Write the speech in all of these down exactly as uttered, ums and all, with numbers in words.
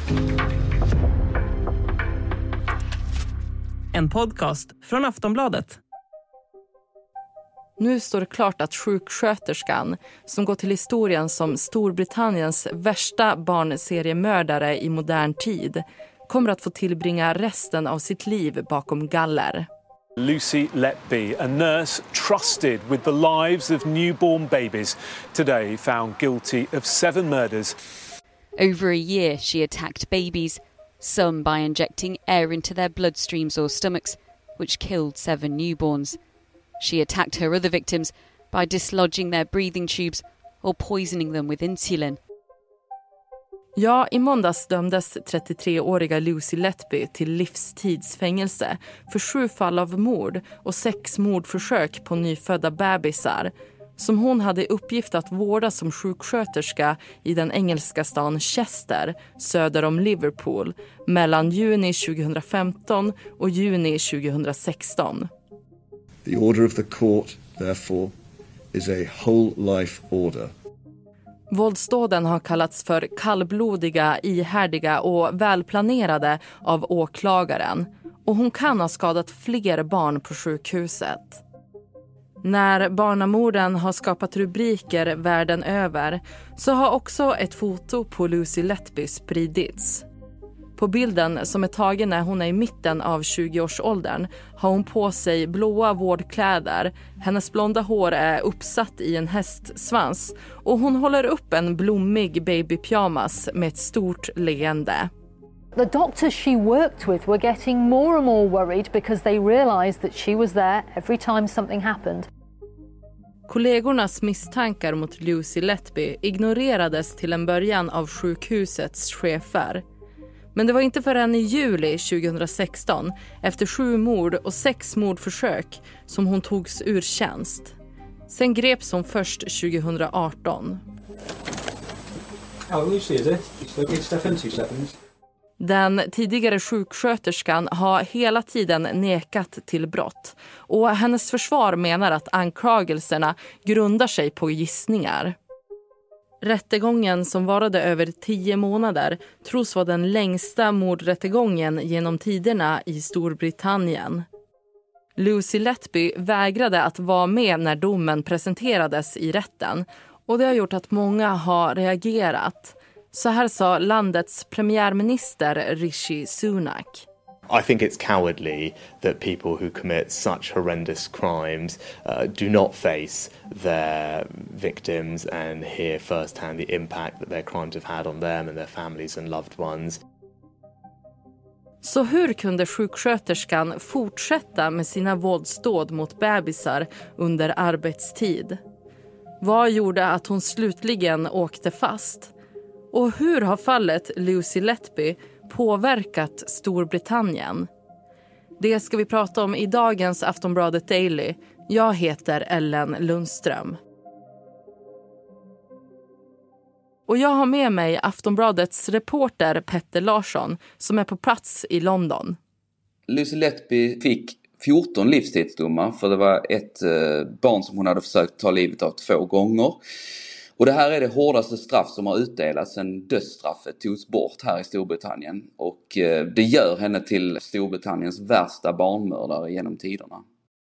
En podcast från Aftonbladet. Nu står det klart att sjuksköterskan, som går till historien som Storbritanniens värsta barnseriemördare i modern tid, kommer att få tillbringa resten av sitt liv bakom galler. Lucy Letby, a nurse trusted with the lives of newborn babies, today found guilty of seven murders. Over a year, she attacked babies, some by injecting air into their bloodstreams or stomachs, which killed seven newborns. She attacked her other victims by dislodging their breathing tubes or poisoning them with insulin. Ja, i måndags dömdes trettiotre-åriga Lucy Letby till livstidsfängelse för sju fall av mord och sex mordförsök på nyfödda bebisar som hon hade uppgift att vårda som sjuksköterska i den engelska stan Chester söder om Liverpool mellan juni tjugohundrafemton och juni tjugohundrasexton. The order of the court, therefore, is a whole life order. Våldsdåden har kallats för kallblodiga, ihärdiga och välplanerade av åklagaren, och hon kan ha skadat fler barn på sjukhuset. När barnamorden har skapat rubriker världen över så har också ett foto på Lucy Letby spridits. På bilden, som är tagen när hon är i mitten av tjugoårsåldern, har hon på sig blåa vårdkläder. Hennes blonda hår är uppsatt i en hästsvans och hon håller upp en blommig babypyjamas med ett stort leende. The doctors she worked with were getting more and more worried because they realized that she was there every time something happened. Kollegornas misstankar mot Lucy Letby ignorerades till en början av sjukhusets chefer. Men det var inte förrän i juli tjugohundrasexton, efter sju mord och sex mordförsök, som hon togs ur tjänst. Sen greps hon först tjugohundraarton. Oh, Lucy, is it? It's step in two seconds. Den tidigare sjuksköterskan har hela tiden nekat till brott, och hennes försvar menar att anklagelserna grundar sig på gissningar. Rättegången, som varade över tio månader, tros vara den längsta mordrättegången genom tiderna i Storbritannien. Lucy Letby vägrade att vara med när domen presenterades i rätten, och det har gjort att många har reagerat. Så här sa landets premiärminister Rishi Sunak. I think it's cowardly that people who commit such horrendous crimes uh, do not face their victims and hear firsthand the impact that their crimes have had on them and their families and loved ones. Så hur kunde sjuksköterskan fortsätta med sina våldsdåd mot bebisar under arbetstid? Vad gjorde att hon slutligen åkte fast? Och hur har fallet Lucy Letby påverkat Storbritannien? Det ska vi prata om i dagens Aftonbladet Daily. Jag heter Ellen Lundström. Och jag har med mig Aftonbladets reporter Petter Larsson, som är på plats i London. Lucy Letby fick fjorton livstidsdomar, för det var ett barn som hon hade försökt ta livet av två gånger. Och det här är det hårdaste straff som har utdelats sedan dödsstraffet togs bort här i Storbritannien. Och det gör henne till Storbritanniens värsta barnmördare genom tiderna.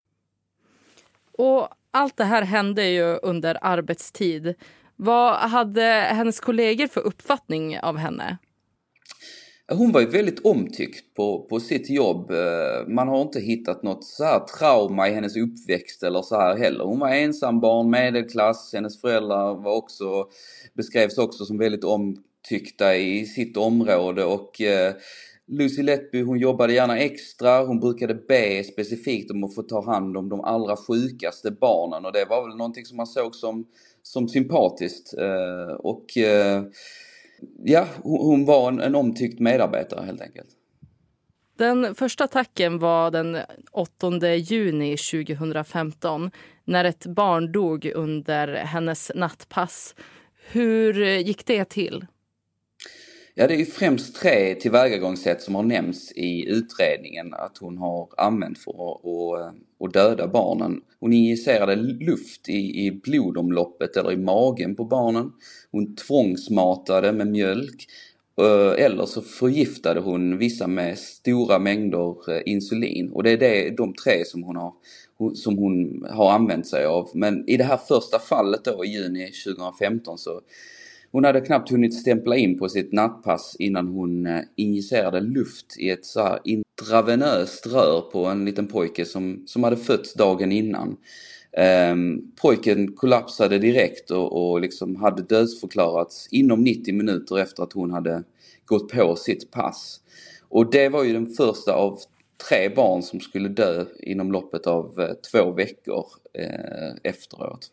Och allt det här hände ju under arbetstid. Vad hade hennes kollegor för uppfattning av henne? Hon var ju väldigt omtyckt på, på sitt jobb. Man har inte hittat något så här trauma i hennes uppväxt eller så här heller. Hon var ensam barn, medelklass. Hennes föräldrar var också, beskrevs också som väldigt omtyckta i sitt område. Och eh, Lucy Letby, hon jobbade gärna extra. Hon brukade be specifikt om att få ta hand om de allra sjukaste barnen. Och det var väl någonting som man såg som, som sympatiskt. Eh, och... Eh, Ja, hon var en, en omtyckt medarbetare helt enkelt. Den första attacken var den åttonde juni tjugohundrafemton när ett barn dog under hennes nattpass. Hur gick det till? Ja, det är ju främst tre tillvägagångssätt som har nämnts i utredningen att hon har använt för att, att döda barnen. Hon injicerade luft i, i blodomloppet eller i magen på barnen. Hon tvångsmatade med mjölk eller så förgiftade hon vissa med stora mängder insulin. Och det är det, de tre som hon, har, som hon har använt sig av. Men i det här första fallet då i juni tjugohundrafemton så hon hade knappt hunnit stämpla in på sitt nattpass innan hon injicerade luft i ett så här intravenöst rör på en liten pojke som, som hade fötts dagen innan. Um, pojken kollapsade direkt och, och liksom hade dödsförklarats inom nittio minuter efter att hon hade gått på sitt pass. Och det var ju den första av tre barn som skulle dö inom loppet av eh, två veckor eh, efteråt.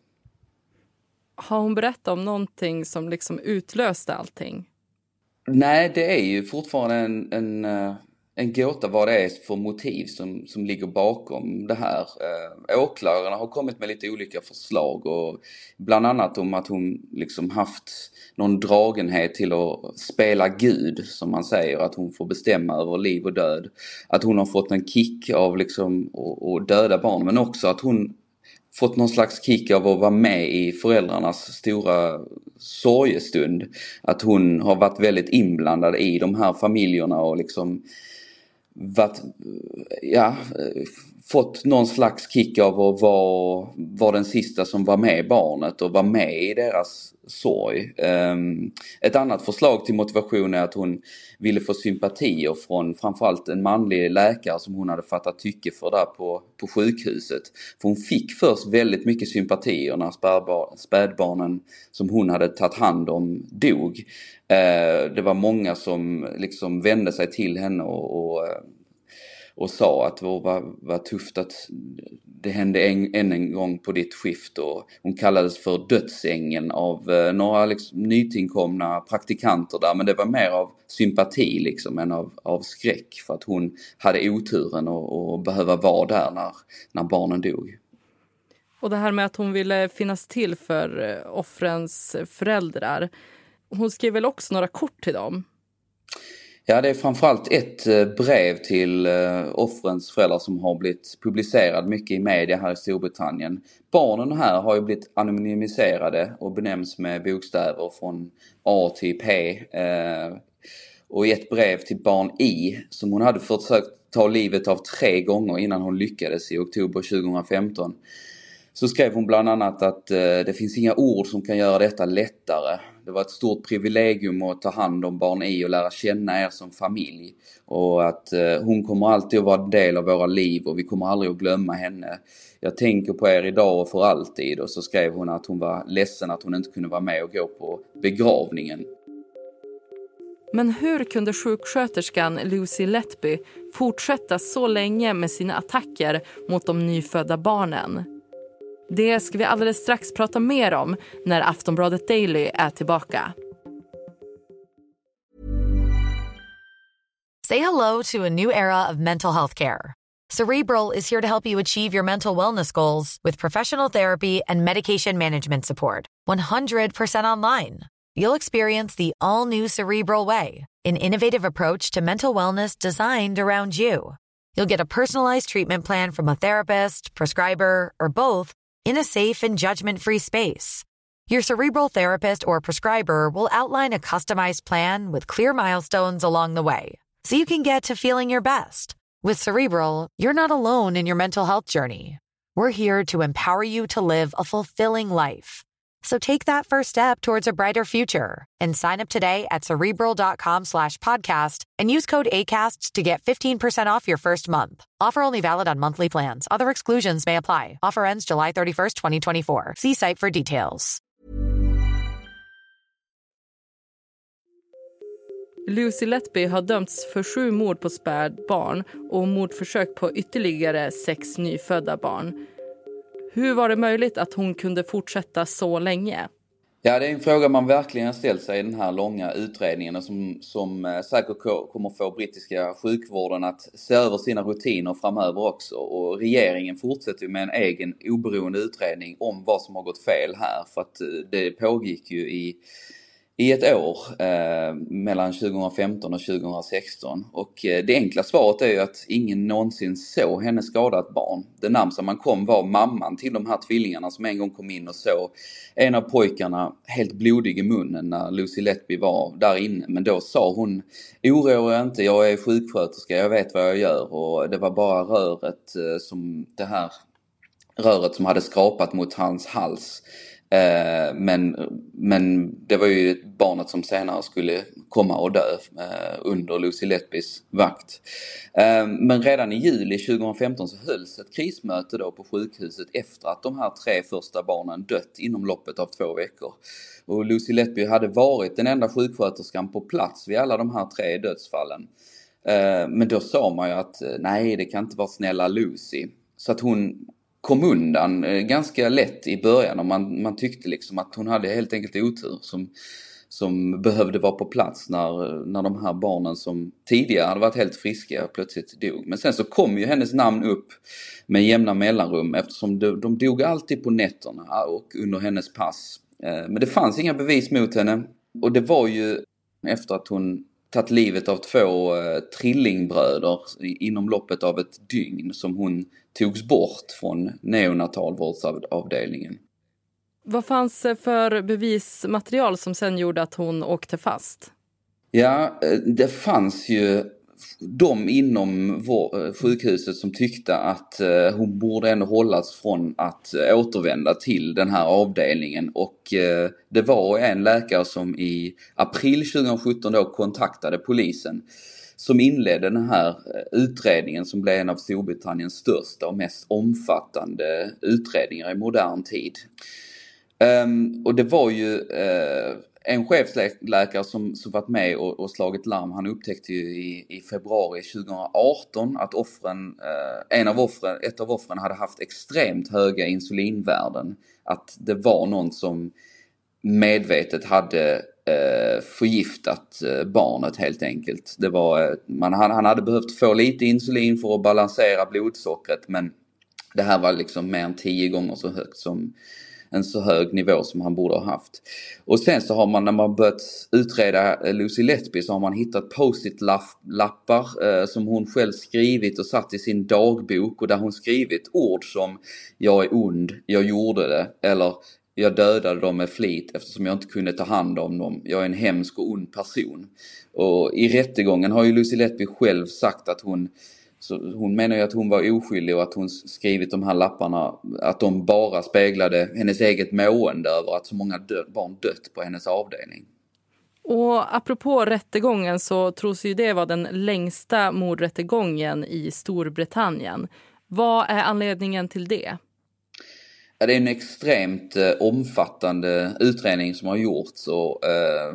Har hon berättat om någonting som liksom utlöste allting? Nej, det är ju fortfarande en, en, en gåta vad det är för motiv som, som ligger bakom det här. Eh, åklagarna har kommit med lite olika förslag och bland annat om att hon liksom haft någon dragenhet till att spela Gud, som man säger, att hon får bestämma över liv och död. Att hon har fått en kick av liksom att döda barn, men också att hon fått någon slags kick av att vara med i föräldrarnas stora sorgestund. Att hon har varit väldigt inblandad i de här familjerna och liksom varit, ja, fått någon slags kick av att vara, vara den sista som var med barnet och var med i deras sorg. Um, ett annat förslag till motivation är att hon ville få sympatier från framförallt en manlig läkare som hon hade fattat tycke för där på, på sjukhuset. För hon fick först väldigt mycket sympatier när spädbar, spädbarnen som hon hade tagit hand om dog. Uh, det var många som liksom vände sig till henne och, och och sa att det var, var tufft att det hände en, en, en gång på ditt skift. Och hon kallades för dödsängeln av eh, några liksom, nytillkomna praktikanter där. Men det var mer av sympati liksom, än av, av skräck. För att hon hade oturen och, och behöva vara där när, när barnen dog. Och det här med att hon ville finnas till för offrens föräldrar. Hon skrev väl också några kort till dem? Ja, det är framförallt ett brev till offrens föräldrar som har blivit publicerad mycket i media här i Storbritannien. Barnen här har ju blivit anonymiserade och benämns med bokstäver från A till P. Och i ett brev till barn I som hon hade försökt ta livet av tre gånger innan hon lyckades i oktober tjugohundrafemton. Så skrev hon bland annat att eh, det finns inga ord som kan göra detta lättare. Det var ett stort privilegium att ta hand om barn I och lära känna er som familj. Och att eh, hon kommer alltid att vara en del av våra liv och vi kommer aldrig att glömma henne. Jag tänker på er idag och för alltid. Och så skrev hon att hon var ledsen att hon inte kunde vara med och gå på begravningen. Men hur kunde sjuksköterskan Lucy Letby fortsätta så länge med sina attacker mot de nyfödda barnen? Det ska vi alldeles strax prata mer om när Aftonbladet Daily är tillbaka. Say hello to a new era of mental health care. Cerebral is here to help you achieve your mental wellness goals with professional therapy and medication management support. one hundred percent online. You'll experience the all-new Cerebral Way, an innovative approach to mental wellness designed around you. You'll get a personalized treatment plan from a therapist, prescriber, or both in a safe and judgment-free space. Your Cerebral therapist or prescriber will outline a customized plan with clear milestones along the way, so you can get to feeling your best. With Cerebral, you're not alone in your mental health journey. We're here to empower you to live a fulfilling life. So take that first step towards a brighter future and sign up today at Cerebral.com slash podcast and use code ACAST to get fifteen percent off your first month. Offer only valid on monthly plans. Other exclusions may apply. Offer ends July thirty-first, twenty twenty-four. See site for details. Lucy Letby har dömts för sju mord på spädbarn och mordförsök på ytterligare sex nyfödda barn. Hur var det möjligt att hon kunde fortsätta så länge? Ja, det är en fråga man verkligen ställt sig i den här långa utredningen som, som säkert kommer få brittiska sjukvården att se över sina rutiner framöver också. Och regeringen fortsätter med en egen oberoende utredning om vad som har gått fel här. För att det pågick ju i, i ett år eh, mellan tjugohundrafemton och tjugohundrasexton. Och eh, det enkla svaret är ju att ingen någonsin såg henne skada ett barn. Det närmsta man kom var mamman till de här tvillingarna som en gång kom in och såg en av pojkarna helt blodig i munnen när Lucy Letby var där inne. Men då sa hon, oroa er inte, jag är sjuksköterska, jag vet vad jag gör. Och det var bara röret eh, som det här röret som hade skrapat mot hans hals. Eh, men, men det var ju barnet som senare skulle komma och dö eh, under Lucy Letbys vakt. Eh, men redan i juli tjugohundrafemton så hölls ett krismöte då på sjukhuset efter att de här tre första barnen dött inom loppet av två veckor. Och Lucy Letby hade varit den enda sjuksköterskan på plats vid alla de här tre dödsfallen. Eh, men då sa man ju att nej, det kan inte vara snälla Lucy. Så att hon kom undan eh, ganska lätt i början och man, man tyckte liksom att hon hade helt enkelt otur som, som behövde vara på plats när, när de här barnen som tidigare hade varit helt friska plötsligt dog. Men sen så kom ju hennes namn upp med jämna mellanrum eftersom de, de dog alltid på nätterna och under hennes pass. Eh, men det fanns inga bevis mot henne och det var ju efter att hon tagit livet av två eh, trillingbröder inom loppet av ett dygn som hon togs bort från neonatalvårdsavdelningen. Vad fanns det för bevismaterial som sen gjorde att hon åkte fast? Ja, det fanns ju de inom vår, sjukhuset som tyckte att eh, hon borde ändå hållas från att eh, återvända till den här avdelningen. Och eh, det var en läkare som i april tjugosjutton då kontaktade polisen som inledde den här utredningen som blev en av Storbritanniens största och mest omfattande utredningar i modern tid. Um, och det var ju uh, en chefsläkare som, som varit med och, och slagit larm. Han upptäckte ju i, i februari tjugoarton att offren, uh, en av offren, ett av offren hade haft extremt höga insulinvärden. Att det var någon som medvetet hade eh, förgiftat eh, barnet helt enkelt. Det var, eh, man, han, han hade behövt få lite insulin för att balansera blodsockret, men det här var liksom mer än tio gånger så högt som en så hög nivå som han borde ha haft. Och sen så har man, när man börjat utreda Lucy Letby, så har man hittat post-it-lappar eh, som hon själv skrivit och satt i sin dagbok, och där hon skrivit ord som jag är ond, jag gjorde det, eller jag dödade dem med flit eftersom jag inte kunde ta hand om dem. Jag är en hemsk och ond person. Och i rättegången har ju Lucy Letby själv sagt att hon, så hon menar ju att hon var oskyldig och att hon skrivit de här lapparna, att de bara speglade hennes eget mående över att så många dö- barn dött på hennes avdelning. Och apropå rättegången så tros ju det vara den längsta mordrättegången i Storbritannien. Vad är anledningen till det? Ja, det är en extremt eh, omfattande utredning som har gjorts, och eh,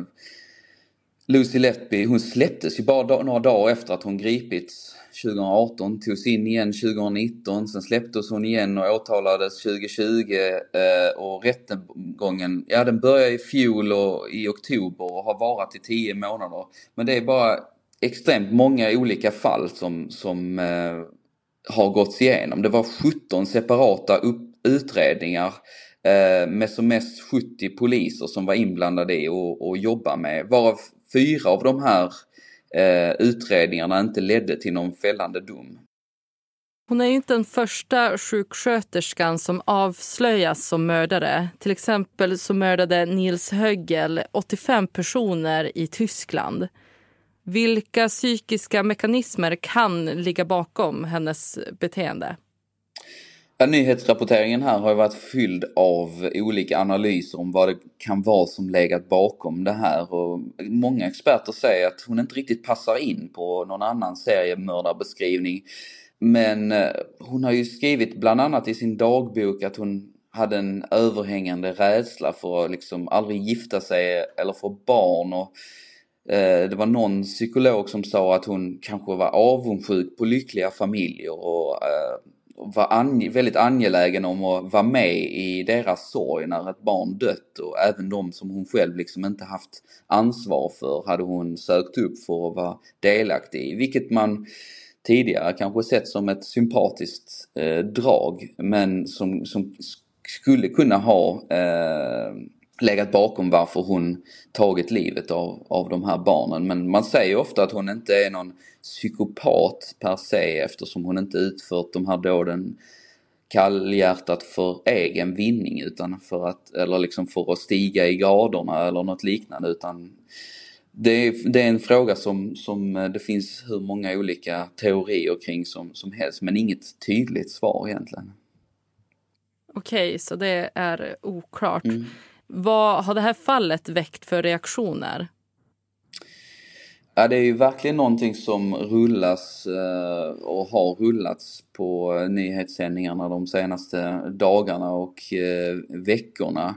Lucy Letby, hon släpptes ju bara dag, några dagar efter att hon gripits tjugoarton, togs in igen tjugonitton, sen släpptes hon igen och åtalades tjugotjugo eh, och rättegången, ja, den började i fjol och i oktober och har varat i tio månader. Men det är bara extremt många olika fall som, som eh, har gått igenom. Det var sjutton separata upp utredningar eh, med som mest sjuttio poliser som var inblandade i och, och jobba med, varav fyra av de här eh, utredningarna inte ledde till någon fällande dom. Hon är ju inte den första sjuksköterskan som avslöjas som mördare. Till exempel så mördade Nils Högel åttiofem personer i Tyskland. Vilka psykiska mekanismer kan ligga bakom hennes beteende? Ja, nyhetsrapporteringen här har ju varit fylld av olika analyser om vad det kan vara som legat bakom det här. Och många experter säger att hon inte riktigt passar in på någon annan seriemördarbeskrivning. Men hon har ju skrivit bland annat i sin dagbok att hon hade en överhängande rädsla för att liksom aldrig gifta sig eller få barn. Och eh, det var någon psykolog som sa att hon kanske var avundsjuk på lyckliga familjer och eh, var ange- väldigt angelägen om att vara med i deras sorg när ett barn dött, och även de som hon själv liksom inte haft ansvar för hade hon sökt upp för att vara delaktig i, vilket man tidigare kanske sett som ett sympatiskt eh, drag, men som, som skulle kunna ha eh, legat bakom varför hon tagit livet av, av de här barnen. Men man säger ofta att hon inte är någon psykopat per se, eftersom hon inte utfört de här dåden kallhjärtat för egen vinning, utan för att, eller liksom för att stiga i graderna eller något liknande, utan det är, det är en fråga som, som det finns hur många olika teorier kring som, som helst, men inget tydligt svar egentligen. Okej, så det är oklart. Mm. Vad har det här fallet väckt för reaktioner? Ja, det är ju verkligen någonting som rullas och har rullats på nyhetssändningarna de senaste dagarna och veckorna.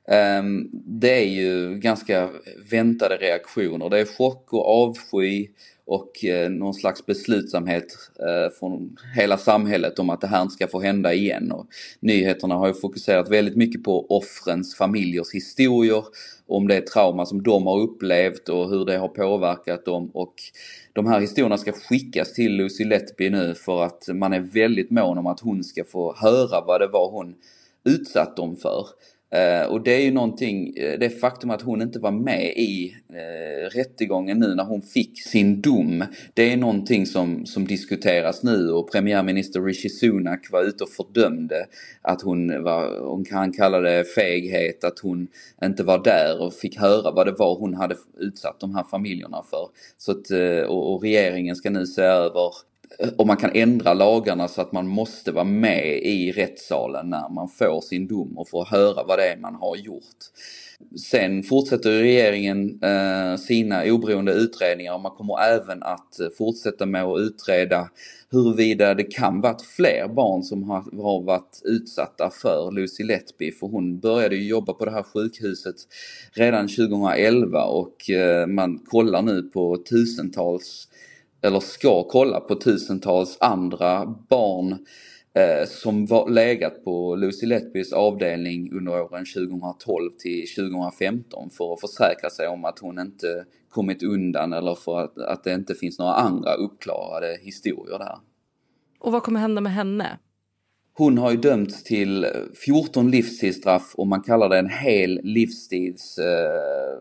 Det är ju ganska väntade reaktioner. Det är chock och avsky och någon slags beslutsamhet från hela samhället om att det här inte ska få hända igen. Och nyheterna har ju fokuserat väldigt mycket på offrens familjers historier, om det trauma som de har upplevt och hur det har påverkat dem. Och de här historierna ska skickas till Lucy Letby nu för att man är väldigt mån om att hon ska få höra vad det var hon utsatt dem för. Uh, och det är ju någonting, det faktum att hon inte var med i uh, rättegången nu när hon fick sin dom, det är någonting som, som diskuteras nu, och premiärminister Rishi Sunak var ute och fördömde att hon var, hon kan kalla det feghet, att hon inte var där och fick höra vad det var hon hade utsatt de här familjerna för. Så att, uh, och, och regeringen ska nu se över om man kan ändra lagarna så att man måste vara med i rättssalen när man får sin dom och får höra vad det är man har gjort. Sen fortsätter regeringen eh, sina oberoende utredningar, och man kommer även att fortsätta med att utreda huruvida det kan varit fler barn som har, har varit utsatta för Lucy Letby. För hon började ju jobba på det här sjukhuset redan tjugoelva, och eh, man kollar nu på tusentals eller ska kolla på tusentals andra barn eh, som var legat på Lucy Letbys avdelning under åren tjugotolv till tjugofemton för att försäkra sig om att hon inte kommit undan, eller för att, att det inte finns några andra uppklarade historier där. Och vad kommer hända med henne? Hon har ju dömts till fjorton livstidsstraff, och man kallar det en hel livstids eh,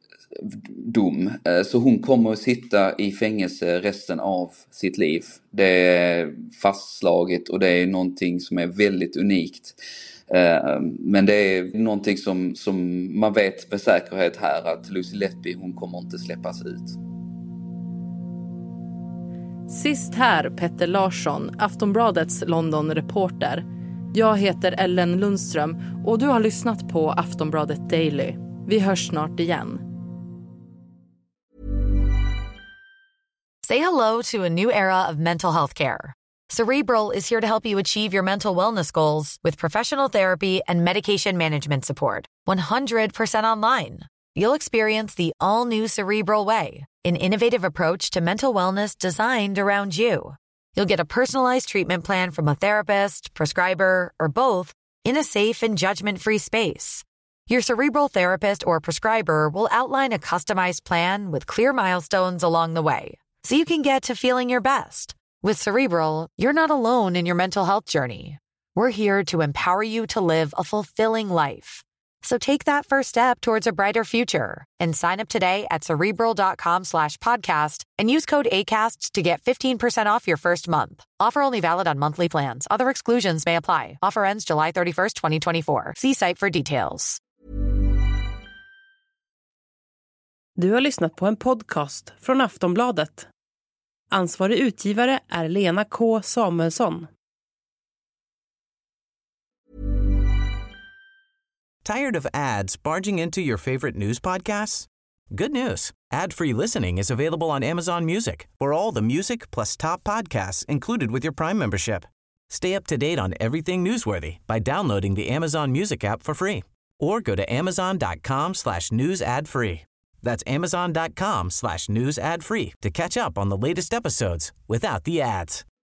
dom. Så hon kommer att sitta i fängelse resten av sitt liv. Det är fastslaget, och det är någonting som är väldigt unikt. Men det är någonting som, som man vet med säkerhet här, att Lucy Letby, hon kommer inte släppas ut. Sist här Petter Larsson, Aftonbladets London-reporter. Jag heter Ellen Lundström och du har lyssnat på Aftonbladet Daily. Vi hörs snart igen. Say hello to a new era of mental health care. Cerebral is here to help you achieve your mental wellness goals with professional therapy and medication management support. one hundred percent online. You'll experience the all-new Cerebral Way, an innovative approach to mental wellness designed around you. You'll get a personalized treatment plan from a therapist, prescriber, or both in a safe and judgment-free space. Your Cerebral therapist or prescriber will outline a customized plan with clear milestones along the way, so you can get to feeling your best. With Cerebral, you're not alone in your mental health journey. We're here to empower you to live a fulfilling life. So take that first step towards a brighter future and sign up today at Cerebral.com slash podcast and use code ACAST to get fifteen percent off your first month. Offer only valid on monthly plans. Other exclusions may apply. Offer ends July thirty-first, twenty twenty-four. See site for details. Du har lyssnat på en podcast från Aftonbladet. Ansvarig utgivare är Lena K. Samuelsson. Tired of ads barging into your favorite news podcasts? Good news. Ad-free listening is available on Amazon Music for all the music plus top podcasts included with your Prime membership. Stay up to date on everything newsworthy by downloading the Amazon Music app for free or go to amazon.com slash news ad free. That's amazon.com slash news ad free to catch up on the latest episodes without the ads.